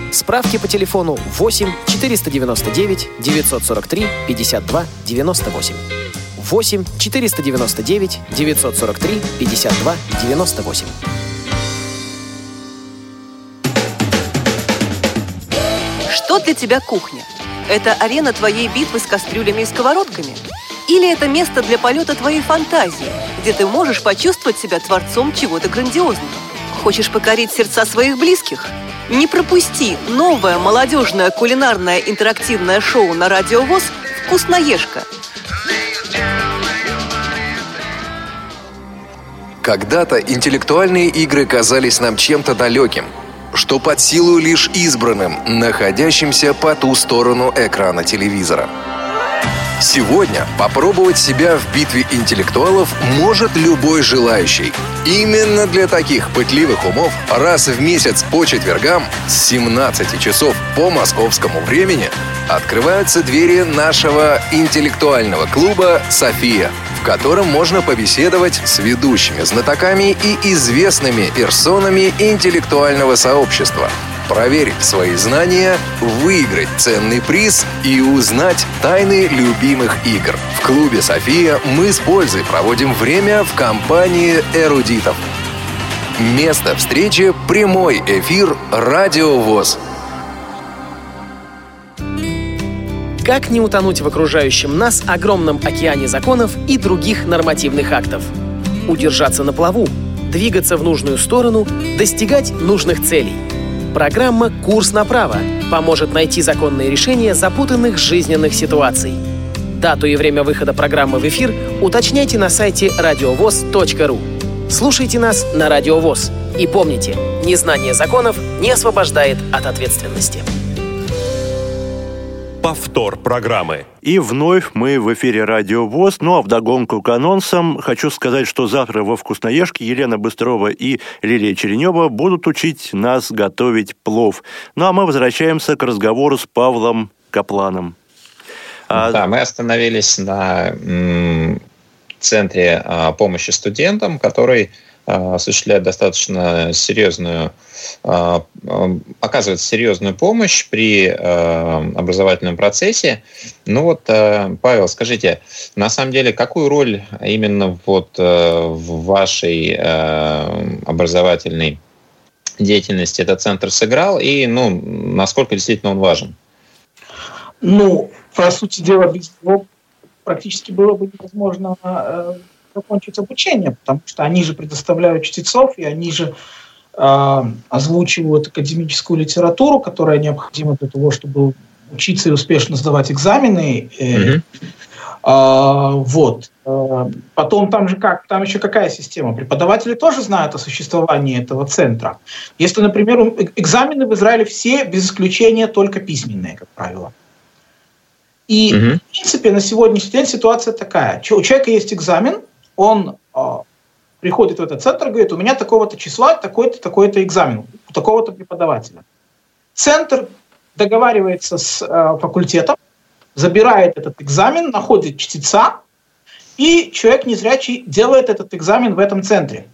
Справки по телефону восемь четыреста девяносто девять девятьсот сорок три пятьдесят два девяносто восемь. восемь четыреста девяносто девять девятьсот сорок три пятьдесят два девяносто восемь. Что для тебя кухня? Это арена твоей битвы с кастрюлями и сковородками? Или это место для полета твоей фантазии, где ты можешь почувствовать себя творцом чего-то грандиозного? Хочешь покорить сердца своих близких? Не пропусти новое молодежное кулинарное интерактивное шоу на Радио ВОС «Вкусноежка». Когда-то интеллектуальные игры казались нам чем-то далеким, что под силу лишь избранным, находящимся по ту сторону экрана телевизора. Сегодня попробовать себя в битве интеллектуалов может любой желающий. Именно для таких пытливых умов раз в месяц по четвергам с семнадцати часов по московскому времени открываются двери нашего интеллектуального клуба «София», в котором можно побеседовать с ведущими знатоками и известными персонами интеллектуального сообщества, проверить свои знания, выиграть ценный приз и узнать тайны любимых игр. В клубе «София» мы с пользой проводим время в компании эрудитов. Место встречи – прямой эфир Радио ВОС. Как не утонуть в окружающем нас огромном океане законов и других нормативных актов? Удержаться на плаву, двигаться в нужную сторону, достигать нужных целей. Программа «Курс направо» поможет найти законные решения запутанных жизненных ситуаций. Дату и время выхода программы в эфир уточняйте на сайте радиовоз точка ру. Слушайте нас на Радио ВОС. И помните, незнание законов не освобождает от ответственности. Повтор программы. И вновь мы в эфире Радио ВОС. Ну а вдогонку к анонсам хочу сказать, что завтра во «Вкусноежке» Елена Быстрова и Лилия Черенева будут учить нас готовить плов. Ну а мы возвращаемся к разговору с Павлом Капланом. Да, а... мы остановились на м- центре а, помощи студентам, который а, осуществляет достаточно серьезную оказывает серьезную помощь при э, образовательном процессе. Ну вот, э, Павел, скажите, на самом деле, какую роль именно вот э, в вашей э, образовательной деятельности этот центр сыграл и, ну, насколько действительно он важен? Ну, по сути дела, без него практически было бы невозможно э, закончить обучение, потому что они же предоставляют чтецов, и они же озвучивают академическую литературу, которая необходима для того, чтобы учиться и успешно сдавать экзамены. Mm-hmm. А, вот. А, потом там же как, там еще какая система? Преподаватели тоже знают о существовании этого центра. Если, например, экзамены в Израиле все, без исключения, только письменные, как правило. И, mm-hmm. в принципе, на сегодняшний день ситуация такая. У человека есть экзамен, он приходит в этот центр, говорит, у меня такого-то числа, такой-то, такой-то экзамен, у такого-то преподавателя. Центр договаривается с э, факультетом, забирает этот экзамен, находит чтеца, и человек незрячий делает этот экзамен в этом центре.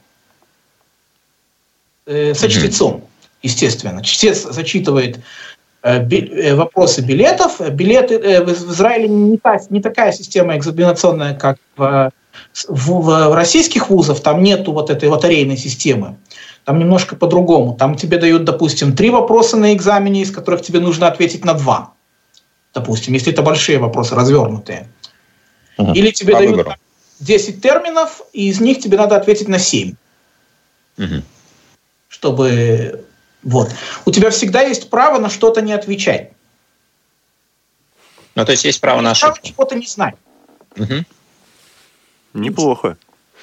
Э, со чтецом, естественно. Чтец зачитывает э, би, вопросы билетов. Билеты э, в, в Израиле не, та, не такая система экзаменационная, как в В, в российских вузах. Там нету вот этой лотерейной системы. Там немножко по-другому. Там тебе дают, допустим, три вопроса на экзамене, из которых тебе нужно ответить на два. Допустим, если это большие вопросы, развернутые. Угу. Или тебе По дают выбору. десять терминов, и из них тебе надо ответить на семь. Угу. Чтобы... Вот. У тебя всегда есть право на что-то не отвечать. Ну, то есть есть право на ошибку. Право чего-то не знать. Угу. Неплохо.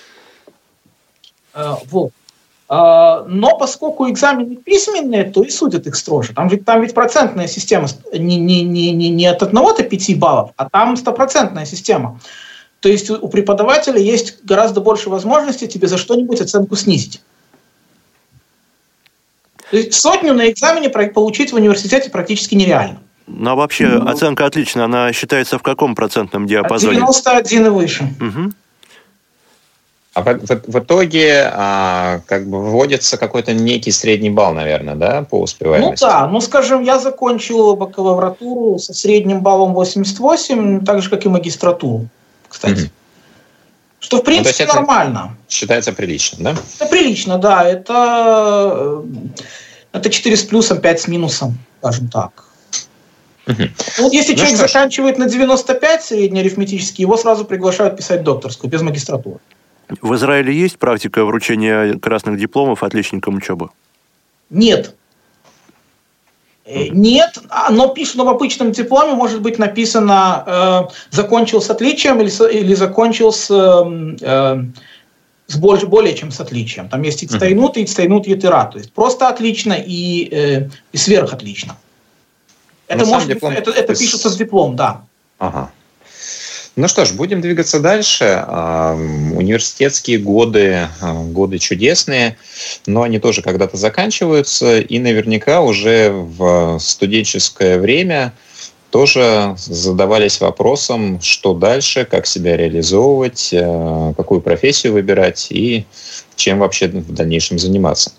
А, вот. А, но поскольку экзамены письменные, то и судят их строже. Там ведь, там ведь процентная система не, не, не, не от одного до пяти баллов, а там стопроцентная система. То есть у, у преподавателя есть гораздо больше возможностей тебе за что-нибудь оценку снизить. То есть сотню на экзамене получить в университете практически нереально. Ну, а вообще ну, оценка отличная, она считается в каком процентном диапазоне? девяносто один и выше. Угу. А в, в, в итоге а, как бы вводится какой-то некий средний балл, наверное, да, по успеваемости? Ну да, ну скажем, я закончил бакалавратуру со средним баллом восемьдесят восемь, так же, как и магистратуру, кстати. Mm-hmm. Что, в принципе, ну, нормально. Считается прилично, да? Это прилично, да. Это, это четыре с плюсом, пять с минусом, скажем так. Угу. Вот если ну человек заканчивает на девяносто пять среднеарифметический, его сразу приглашают писать докторскую, без магистратуры. В Израиле есть практика вручения красных дипломов отличникам учебы? Нет. Нет, но пишут, но в обычном дипломе может быть написано э, «закончил с отличием» или, или «закончил с, э, с больше, более чем с отличием». Там есть «ицтайнут» и «ицтайнут етера», то есть просто отлично и, э, и сверхотлично. Это, может быть, это, это пишется с диплом, да. Ага. Ну что ж, будем двигаться дальше. Университетские годы, годы чудесные, но они тоже когда-то заканчиваются, и наверняка уже в студенческое время тоже задавались вопросом, что дальше, как себя реализовывать, какую профессию выбирать и чем вообще в дальнейшем заниматься.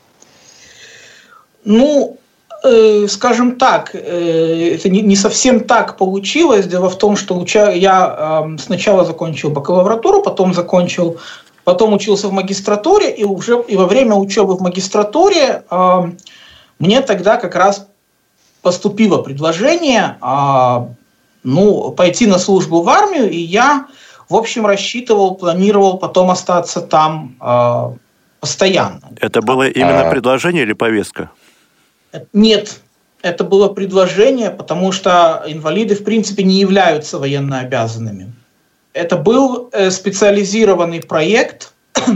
Ну, скажем так, это не совсем так получилось. Дело в том, что я сначала закончил бакалавратуру, потом закончил, потом учился в магистратуре, и уже и во время учебы в магистратуре мне тогда как раз поступило предложение, ну, пойти на службу в армию, и я, в общем, рассчитывал, планировал потом остаться там постоянно. Это было именно а... предложение или повестка? Нет, это было предложение, потому что инвалиды, в принципе, не являются военно обязанными. Это был специализированный проект,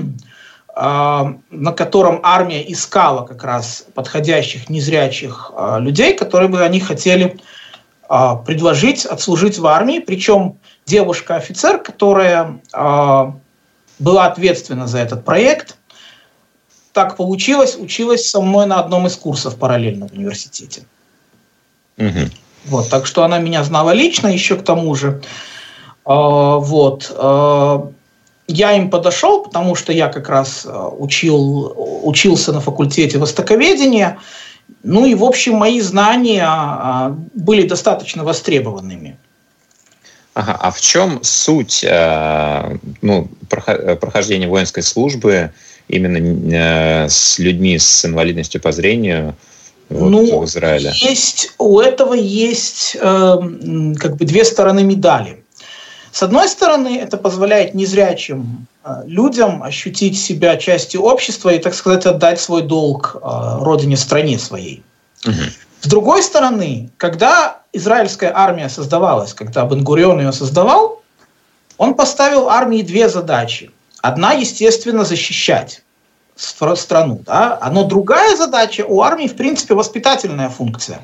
на котором армия искала как раз подходящих незрячих людей, которые бы они хотели предложить отслужить в армии. Причем девушка-офицер, которая была ответственна за этот проект, так получилось, училась со мной на одном из курсов параллельно в университете. Угу. Вот, так что она меня знала лично, еще к тому же. А, вот. А, я им подошел, потому что я как раз учил, учился на факультете востоковедения. Ну и, в общем, мои знания были достаточно востребованными. Ага, а в чем суть э, ну, прохождения воинской службы именно с людьми с инвалидностью по зрению вот, ну, в Израиле? Есть, у этого есть э, как бы две стороны медали. С одной стороны, это позволяет незрячим э, людям ощутить себя частью общества и, так сказать, отдать свой долг э, родине, стране своей. Угу. С другой стороны, когда израильская армия создавалась, когда Бен-Гурион ее создавал, он поставил армии две задачи. Одна, естественно, защищать страну. Да? Но другая задача у армии, в принципе, воспитательная функция.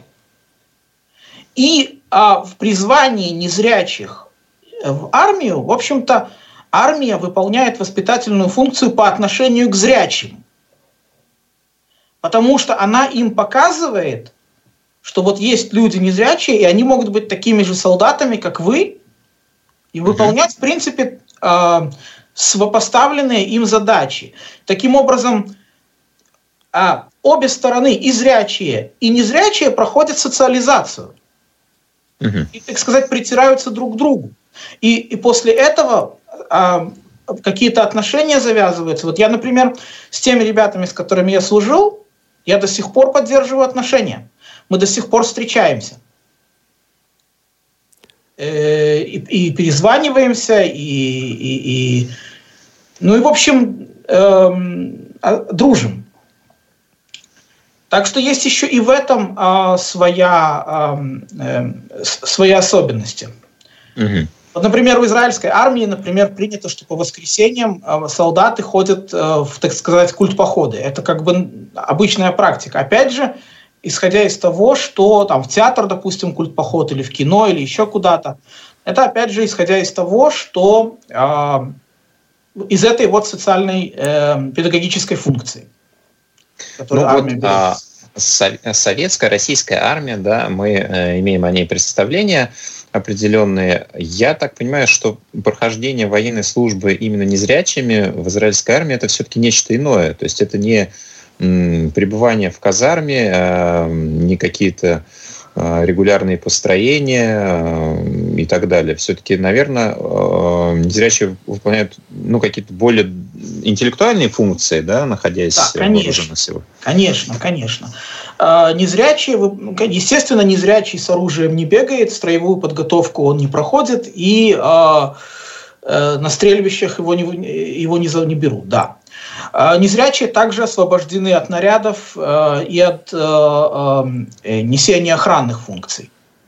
И а, в призвании незрячих в армию, в общем-то, армия выполняет воспитательную функцию по отношению к зрячим. Потому что она им показывает, что вот есть люди незрячие, и они могут быть такими же солдатами, как вы, и выполнять, в принципе, э, поставленные им задачи. Таким образом, э, обе стороны, и зрячие, и незрячие, проходят социализацию. Uh-huh. И, так сказать, притираются друг к другу. И, и после этого э, какие-то отношения завязываются. Вот я, например, с теми ребятами, с которыми я служил, я до сих пор поддерживаю отношения. Мы до сих пор встречаемся. И, и перезваниваемся, и, и, и, ну и, в общем, э, дружим. Так что есть еще и в этом э, своя, э, свои особенности. Угу. Вот, например, в израильской армии, например, принято, что по воскресеньям э, солдаты ходят э, в, так сказать, культпоходы. Это как бы обычная практика. Опять же, исходя из того, что там в театр, допустим, культпоход, или в кино, или еще куда-то. Это, опять же, исходя из того, что э, из этой вот социальной э, педагогической функции, которую ну, армия вот, а, советская, российская армия, да, мы э, имеем о ней представление, определенные. Я так понимаю, что прохождение военной службы именно незрячими в израильской армии это все-таки нечто иное. То есть это не м, пребывание в казарме, а, не какие-то а, регулярные построения а, и так далее. Все-таки, наверное, а, незрячие выполняют ну, какие-то более интеллектуальные функции, да, находясь да, в вооруженных силах. Конечно, конечно. Незрячий, естественно, незрячий с оружием не бегает, строевую подготовку он не проходит, и э, э, на стрельбищах его не, его не, не берут, да. Незрячие также освобождены от нарядов э, и от э, э, несения охранных функций.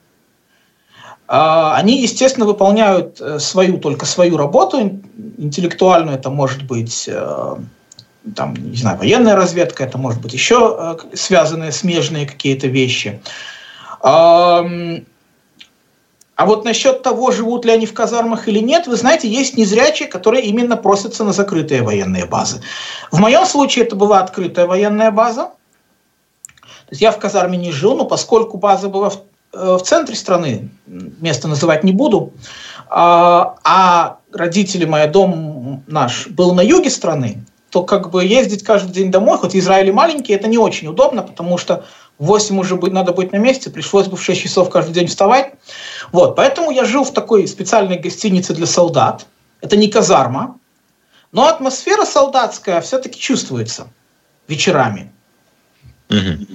Э, они, естественно, выполняют свою, только свою работу, интеллектуальную, это может быть... Э, там, не знаю, военная разведка, это может быть еще э, связанные смежные какие-то вещи. А, а вот насчет того, живут ли они в казармах или нет, вы знаете, есть незрячие, которые именно просятся на закрытые военные базы. В моем случае это была открытая военная база. То есть я в казарме не жил, но поскольку база была в, э, в центре страны, место называть не буду, а, а родители мои, дом наш был на юге страны, то как бы ездить каждый день домой, хоть Израиль и маленький, это не очень удобно, потому что в восемь уже быть, надо быть на месте, пришлось бы в шесть часов каждый день вставать. Вот, поэтому я жил в такой специальной гостинице для солдат. Это не казарма, но атмосфера солдатская все-таки чувствуется вечерами. Mm-hmm.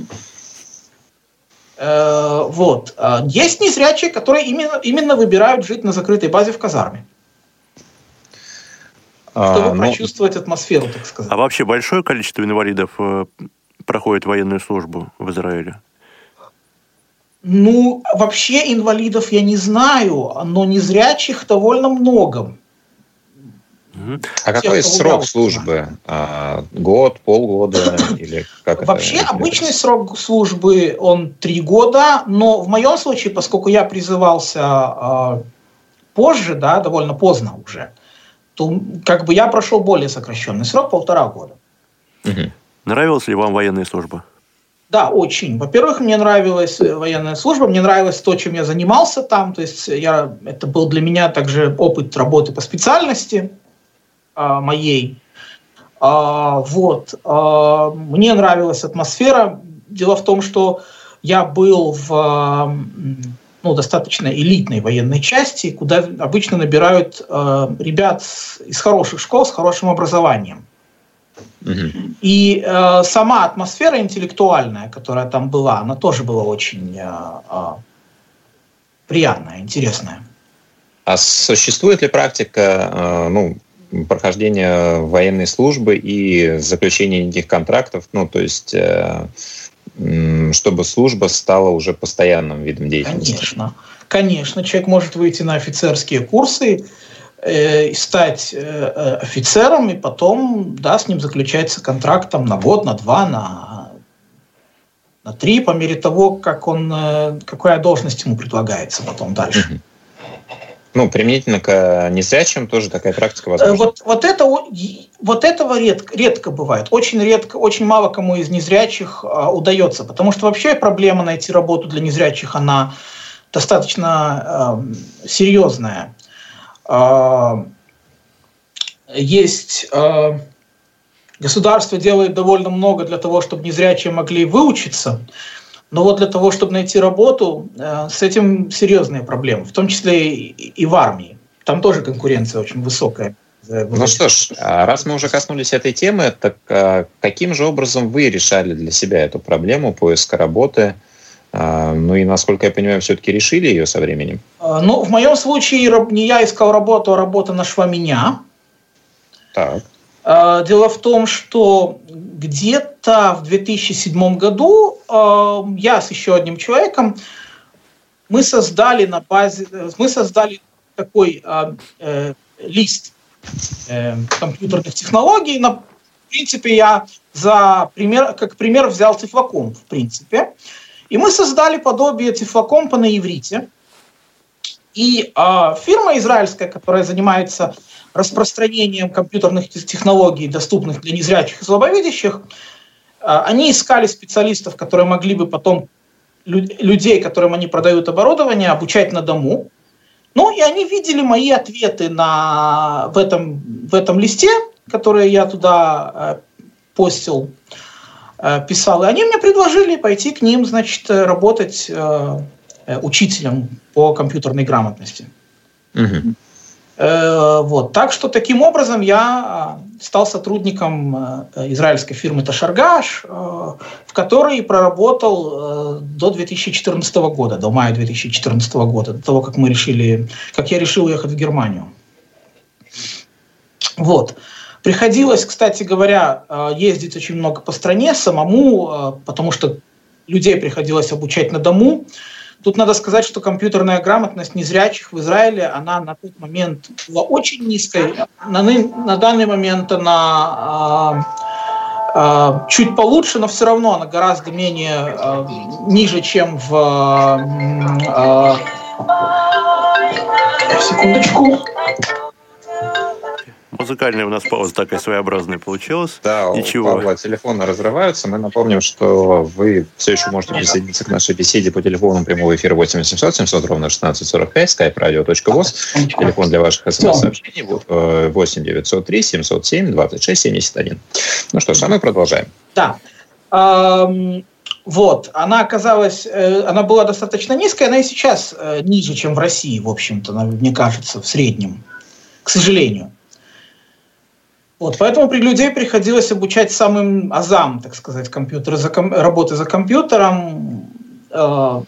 Э, вот. Есть незрячие, которые именно, именно выбирают жить на закрытой базе в казарме. Чтобы а, прочувствовать ну, атмосферу, так сказать. А вообще большое количество инвалидов э, проходит военную службу в Израиле? Ну, вообще инвалидов я не знаю, но незрячих довольно много. Mm-hmm. А Тех, какой срок службы? А, год, полгода? Или как вообще это обычный срок службы, он три года, но в моем случае, поскольку я призывался э, позже, да, довольно поздно уже, то как бы я прошел более сокращенный срок, полтора года. Угу. Нравилась ли вам военная служба? Да, очень. Во-первых, мне нравилась военная служба, мне нравилось то, чем я занимался там. То есть я, это был для меня также опыт работы по специальности а, моей. А, вот. А, мне нравилась атмосфера. Дело в том, что я был в... ну, достаточно элитной военной части, куда обычно набирают э, ребят из хороших школ с хорошим образованием. Mm-hmm. И э, сама атмосфера интеллектуальная, которая там была, она тоже была очень э, э, приятная, интересная. А существует ли практика э, ну, прохождения военной службы и заключения этих контрактов? Ну, то есть... Э, чтобы служба стала уже постоянным видом деятельности? Конечно. Конечно. Человек может выйти на офицерские курсы, э, стать э, офицером, и потом да, с ним заключается контракт там, на год, на два, на, на три, по мере того, как он, э, какая должность ему предлагается потом дальше. Mm-hmm. Ну, применительно к незрячим тоже такая практика возможна. Вот, вот, это, вот этого редко, редко бывает. Очень редко, очень мало кому из незрячих а, удается. Потому что вообще проблема найти работу для незрячих, она достаточно а, серьезная. А, есть... А, государство делает довольно много для того, чтобы незрячие могли выучиться. Но вот для того, чтобы найти работу, с этим серьезные проблемы, в том числе и в армии. Там тоже конкуренция очень высокая. Ну что ж, раз мы уже коснулись этой темы, так каким же образом вы решали для себя эту проблему поиска работы? Ну и, насколько я понимаю, все-таки решили ее со временем? Ну, в моем случае не я искал работу, а работа нашла меня. Так. Дело в том, что где-то в две тысячи седьмом году э, я с еще одним человеком мы создали на базе, мы создали такой э, э, лист э, компьютерных технологий. На, в принципе, я за пример, как пример взял Тифлокомп, в принципе. И мы создали подобие Тифлокомпа на иврите. И э, фирма израильская, которая занимается распространением компьютерных технологий, доступных для незрячих и слабовидящих, они искали специалистов, которые могли бы потом людей, которым они продают оборудование, обучать на дому. Ну, и они видели мои ответы на, в, этом, в этом листе, который я туда э, постил, э, писал. И они мне предложили пойти к ним, значит, работать э, э, учителем по компьютерной грамотности. Угу. Э, вот. Так что таким образом я стал сотрудником э, израильской фирмы Ташаргаш, э, в которой проработал э, до две тысячи четырнадцатого года, до мая две тысячи четырнадцатого года, до того, как мы решили, как я решил уехать в Германию. Вот. Приходилось, кстати говоря, э, ездить очень много по стране самому, э, потому что людей приходилось обучать на дому. Тут надо сказать, что компьютерная грамотность незрячих в Израиле, она на тот момент была очень низкой. На, на данный момент она э, э, чуть получше, но все равно она гораздо менее э, ниже, чем в... Э, э, секундочку. Музыкальная у нас пауза такая своеобразная получилась. Да, Ничего. у Павла телефоны разрываются. Мы напомним, что вы все еще можете присоединиться к нашей беседе по телефону прямого эфира восемь восемьсот семьсот ровно шестнадцать сорок пять, skype radio точка voz, телефон для ваших смс-сообщений восемь девятьсот три семьсот семь двадцать шесть семьдесят один. Ну что ж, а мы продолжаем. Да. Um... Вот, она оказалась, она была достаточно низкая, она и сейчас ниже, чем в России, в общем-то, мне кажется, в среднем, к сожалению. Вот, поэтому при людей приходилось обучать самым азам, так сказать, компьютера за ком, работы за компьютером, э,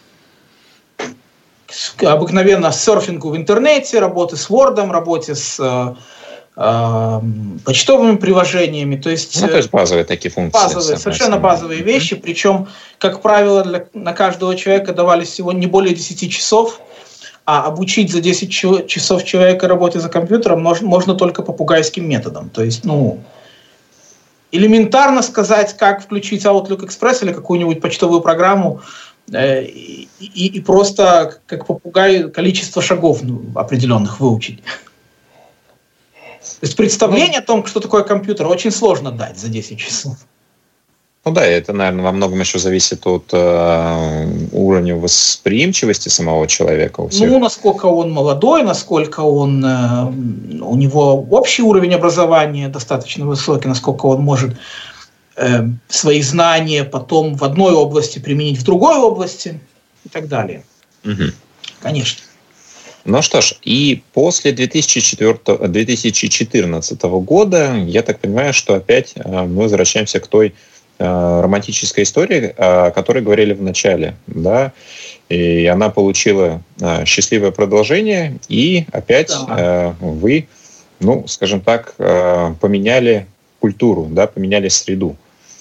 обыкновенно серфингу в интернете, работы с Word, работе с э, э, почтовыми приложениями. То есть, ну, то есть базовые такие функции. Базовые, совершенно базовые вещи. Причем, как правило, для, на каждого человека давались всего не более десять часов. А обучить за десять часов человека работе за компьютером можно, можно только попугайским методом. То есть, ну, элементарно сказать, как включить Outlook Express или какую-нибудь почтовую программу, э, и, и просто, как попугай, количество шагов ну, определенных выучить. То есть представление о том, что такое компьютер, очень сложно дать за десять часов. Ну да, это, наверное, во многом еще зависит от э, уровня восприимчивости самого человека. У всех. Ну, насколько он молодой, насколько он, э, у него общий уровень образования достаточно высокий, насколько он может э, свои знания потом в одной области применить в другой области и так далее. Угу. Конечно. Ну что ж, и после две тысячи четырнадцатого года, я так понимаю, что опять мы возвращаемся к той романтической истории, о которой говорили в начале, да, и она получила счастливое продолжение, и опять да. вы, ну, скажем так, поменяли культуру, да, поменяли среду.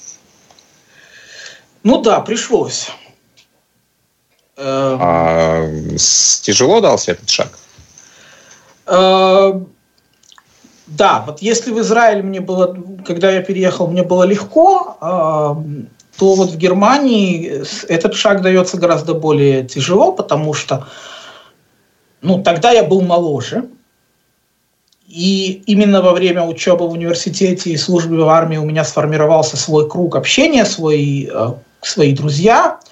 Ну да, пришлось. А, тяжело дался этот шаг? Да, вот если в Израиль мне было, когда я переехал, мне было легко, то вот в Германии этот шаг дается гораздо более тяжело, потому что, ну, тогда я был моложе, и именно во время учебы в университете и службы в армии у меня сформировался свой круг общения, свои, свои друзья,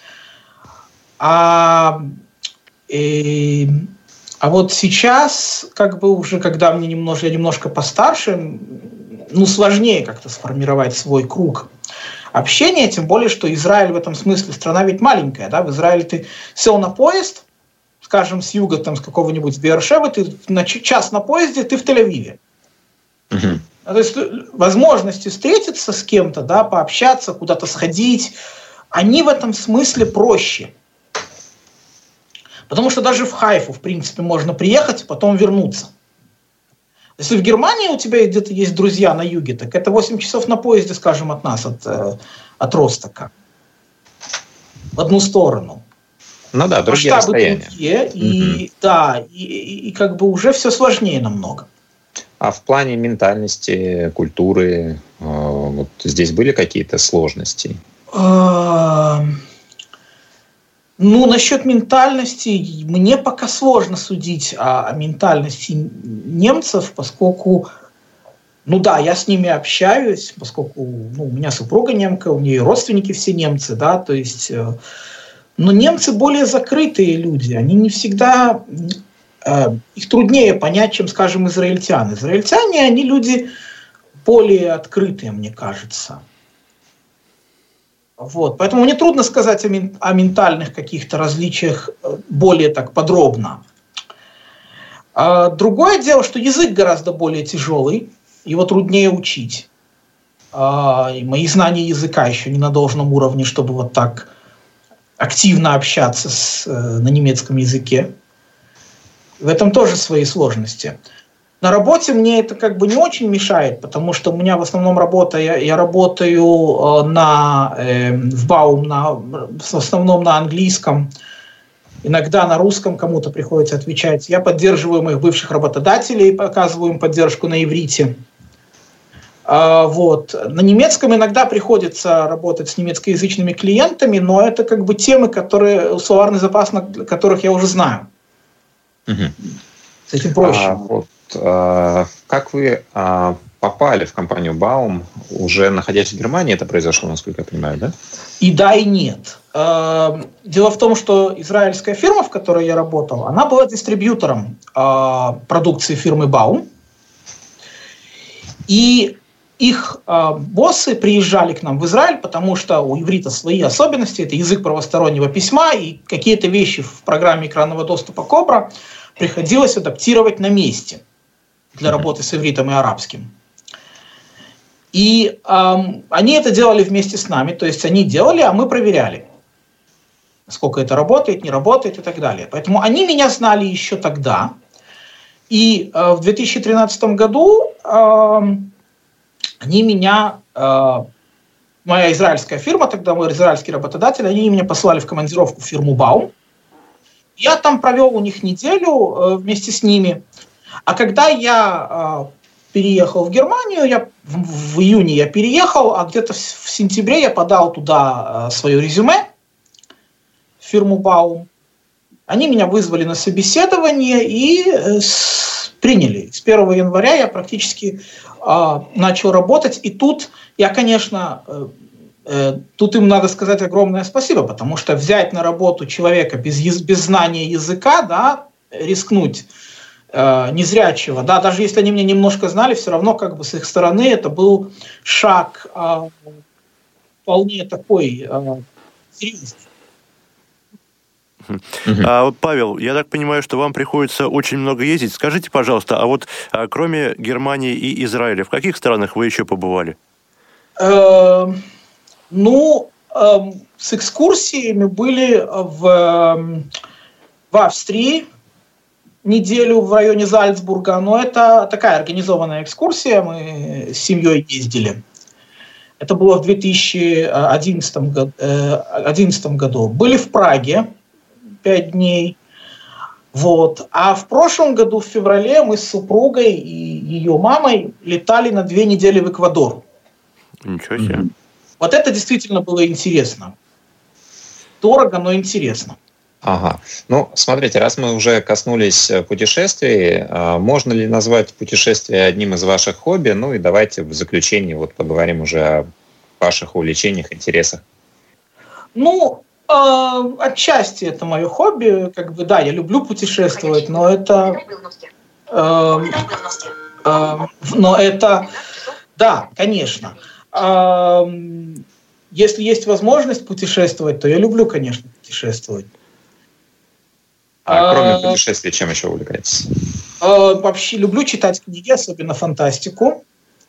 а... И, А вот сейчас, как бы уже, когда мне немножко, я немножко постарше, ну, сложнее как-то сформировать свой круг общения, тем более, что Израиль в этом смысле страна ведь маленькая, да, в Израиле ты сел на поезд, скажем, с юга, там, с какого-нибудь Бершевы, ты на час на поезде, ты в Тель-Авиве. Uh-huh. То есть возможности встретиться с кем-то, да, пообщаться, куда-то сходить, они в этом смысле проще. Потому что даже в Хайфу, в принципе, можно приехать и потом вернуться. Если в Германии у тебя где-то есть друзья на юге, так это восемь часов на поезде, скажем, от нас, от, от Ростока. В одну сторону. Ну да, другие расстояния. Другие, и, угу. Да, и, и, и как бы уже все сложнее намного. А в плане ментальности, культуры, э, вот здесь были какие-то сложности? Ну, насчет ментальности, мне пока сложно судить о, о ментальности немцев, поскольку, ну да, я с ними общаюсь, поскольку ну, у меня супруга немка, у нее родственники все немцы, да, то есть, э, но немцы более закрытые люди, они не всегда их труднее понять, чем, скажем, израильтяне. Израильтяне, они люди более открытые, мне кажется. Вот. Поэтому мне трудно сказать о, мен- о ментальных каких-то различиях более так подробно. А другое дело, что язык гораздо более тяжелый, его труднее учить. А, и мои знания языка еще не на должном уровне, чтобы вот так активно общаться с, на немецком языке. В этом тоже свои сложности. На работе мне это как бы не очень мешает, потому что у меня в основном работа, я, я работаю на, э, в Baum, на, в основном на английском, иногда на русском кому-то приходится отвечать. Я поддерживаю моих бывших работодателей, показываю им поддержку на иврите. А, вот. На немецком иногда приходится работать с немецкоязычными клиентами, но это как бы темы, которые, словарный запас, на которых я уже знаю. Угу. С этим проще. А, вот, а, как вы а, попали в компанию Baum, уже находясь в Германии, это произошло, насколько я понимаю, да? И да, и нет. А, дело в том, что израильская фирма, в которой я работал, она была дистрибьютором а, продукции фирмы Baum. И их а, боссы приезжали к нам в Израиль, потому что у иврита свои особенности. Это язык правостороннего письма, и какие-то вещи в программе экранного доступа Кобра приходилось адаптировать на месте для работы с ивритом и арабским. И эм, они это делали вместе с нами, то есть они делали, а мы проверяли, сколько это работает, не работает и так далее. Поэтому они меня знали еще тогда. И э, в две тысячи тринадцатом году э, они меня, э, моя израильская фирма, тогда мой израильский работодатель, они меня послали в командировку в фирму Baum. Я там провел у них неделю э, вместе с ними. А когда я э, переехал в Германию, я, в, в июне я переехал, а где-то в, в сентябре я подал туда э, свое резюме в фирму Baum. Они меня вызвали на собеседование и э, с, приняли. С первого января я практически э, начал работать. И тут я, конечно... Э, Тут им надо сказать огромное спасибо, потому что взять на работу человека без, без знания языка, да, рискнуть э, незрячего, да, даже если они меня немножко знали, все равно как бы с их стороны это был шаг э, вполне такой э, серьезный. А, Павел, я так понимаю, что вам приходится очень много ездить. Скажите, пожалуйста, а вот а, кроме Германии и Израиля, в каких странах вы еще побывали? Э, Ну, э, с экскурсиями были в, э, в Австрии неделю в районе Зальцбурга, но это такая организованная экскурсия, мы с семьей ездили. Это было в две тысячи одиннадцатом году. Были в Праге пять дней. Вот. А в прошлом году, в феврале, мы с супругой и ее мамой летали на две недели в Эквадор. Ничего себе. Mm-hmm. Вот это действительно было интересно. Дорого, но интересно. Ага. Ну, смотрите, раз мы уже коснулись путешествий, можно ли назвать путешествие одним из ваших хобби? Ну и давайте в заключении вот поговорим уже о ваших увлечениях, интересах. Ну, э, отчасти это мое хобби. Как бы, да, я люблю путешествовать, но это... Э, э, но это... Да, конечно. Если есть возможность путешествовать, то я люблю, конечно, путешествовать. А кроме путешествий, чем еще увлекаетесь? Вообще люблю читать книги, особенно фантастику.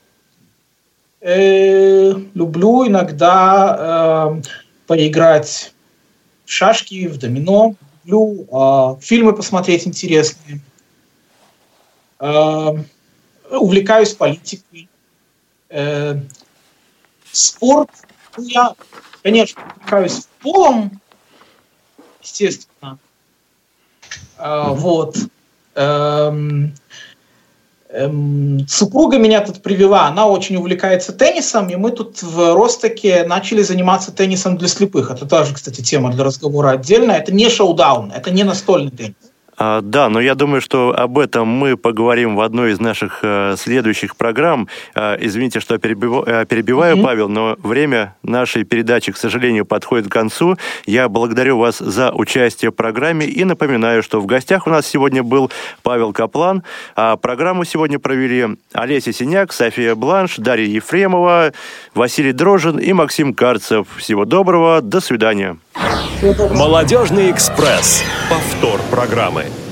Люблю иногда поиграть в шашки, в домино. Люблю фильмы посмотреть интересные. Увлекаюсь политикой. Спорт. Я, конечно, увлекаюсь футболом, естественно. А, вот. Эм, эм, супруга меня тут привела. Она очень увлекается теннисом, и мы тут в Ростоке начали заниматься теннисом для слепых. Это тоже, кстати, тема для разговора отдельная. Это не шоу-даун, это не настольный теннис. А, да, но я думаю, что об этом мы поговорим в одной из наших э, следующих программ. Э, извините, что перебив... э, перебиваю, mm-hmm. Павел, но время нашей передачи, к сожалению, подходит к концу. Я благодарю вас за участие в программе и напоминаю, что в гостях у нас сегодня был Павел Каплан, а программу сегодня провели Олеся Синяк, София Бланш, Дарья Ефремова, Василий Дрожжин и Максим Карцев. Всего доброго, до свидания. «Молодежный экспресс». Повтор программы.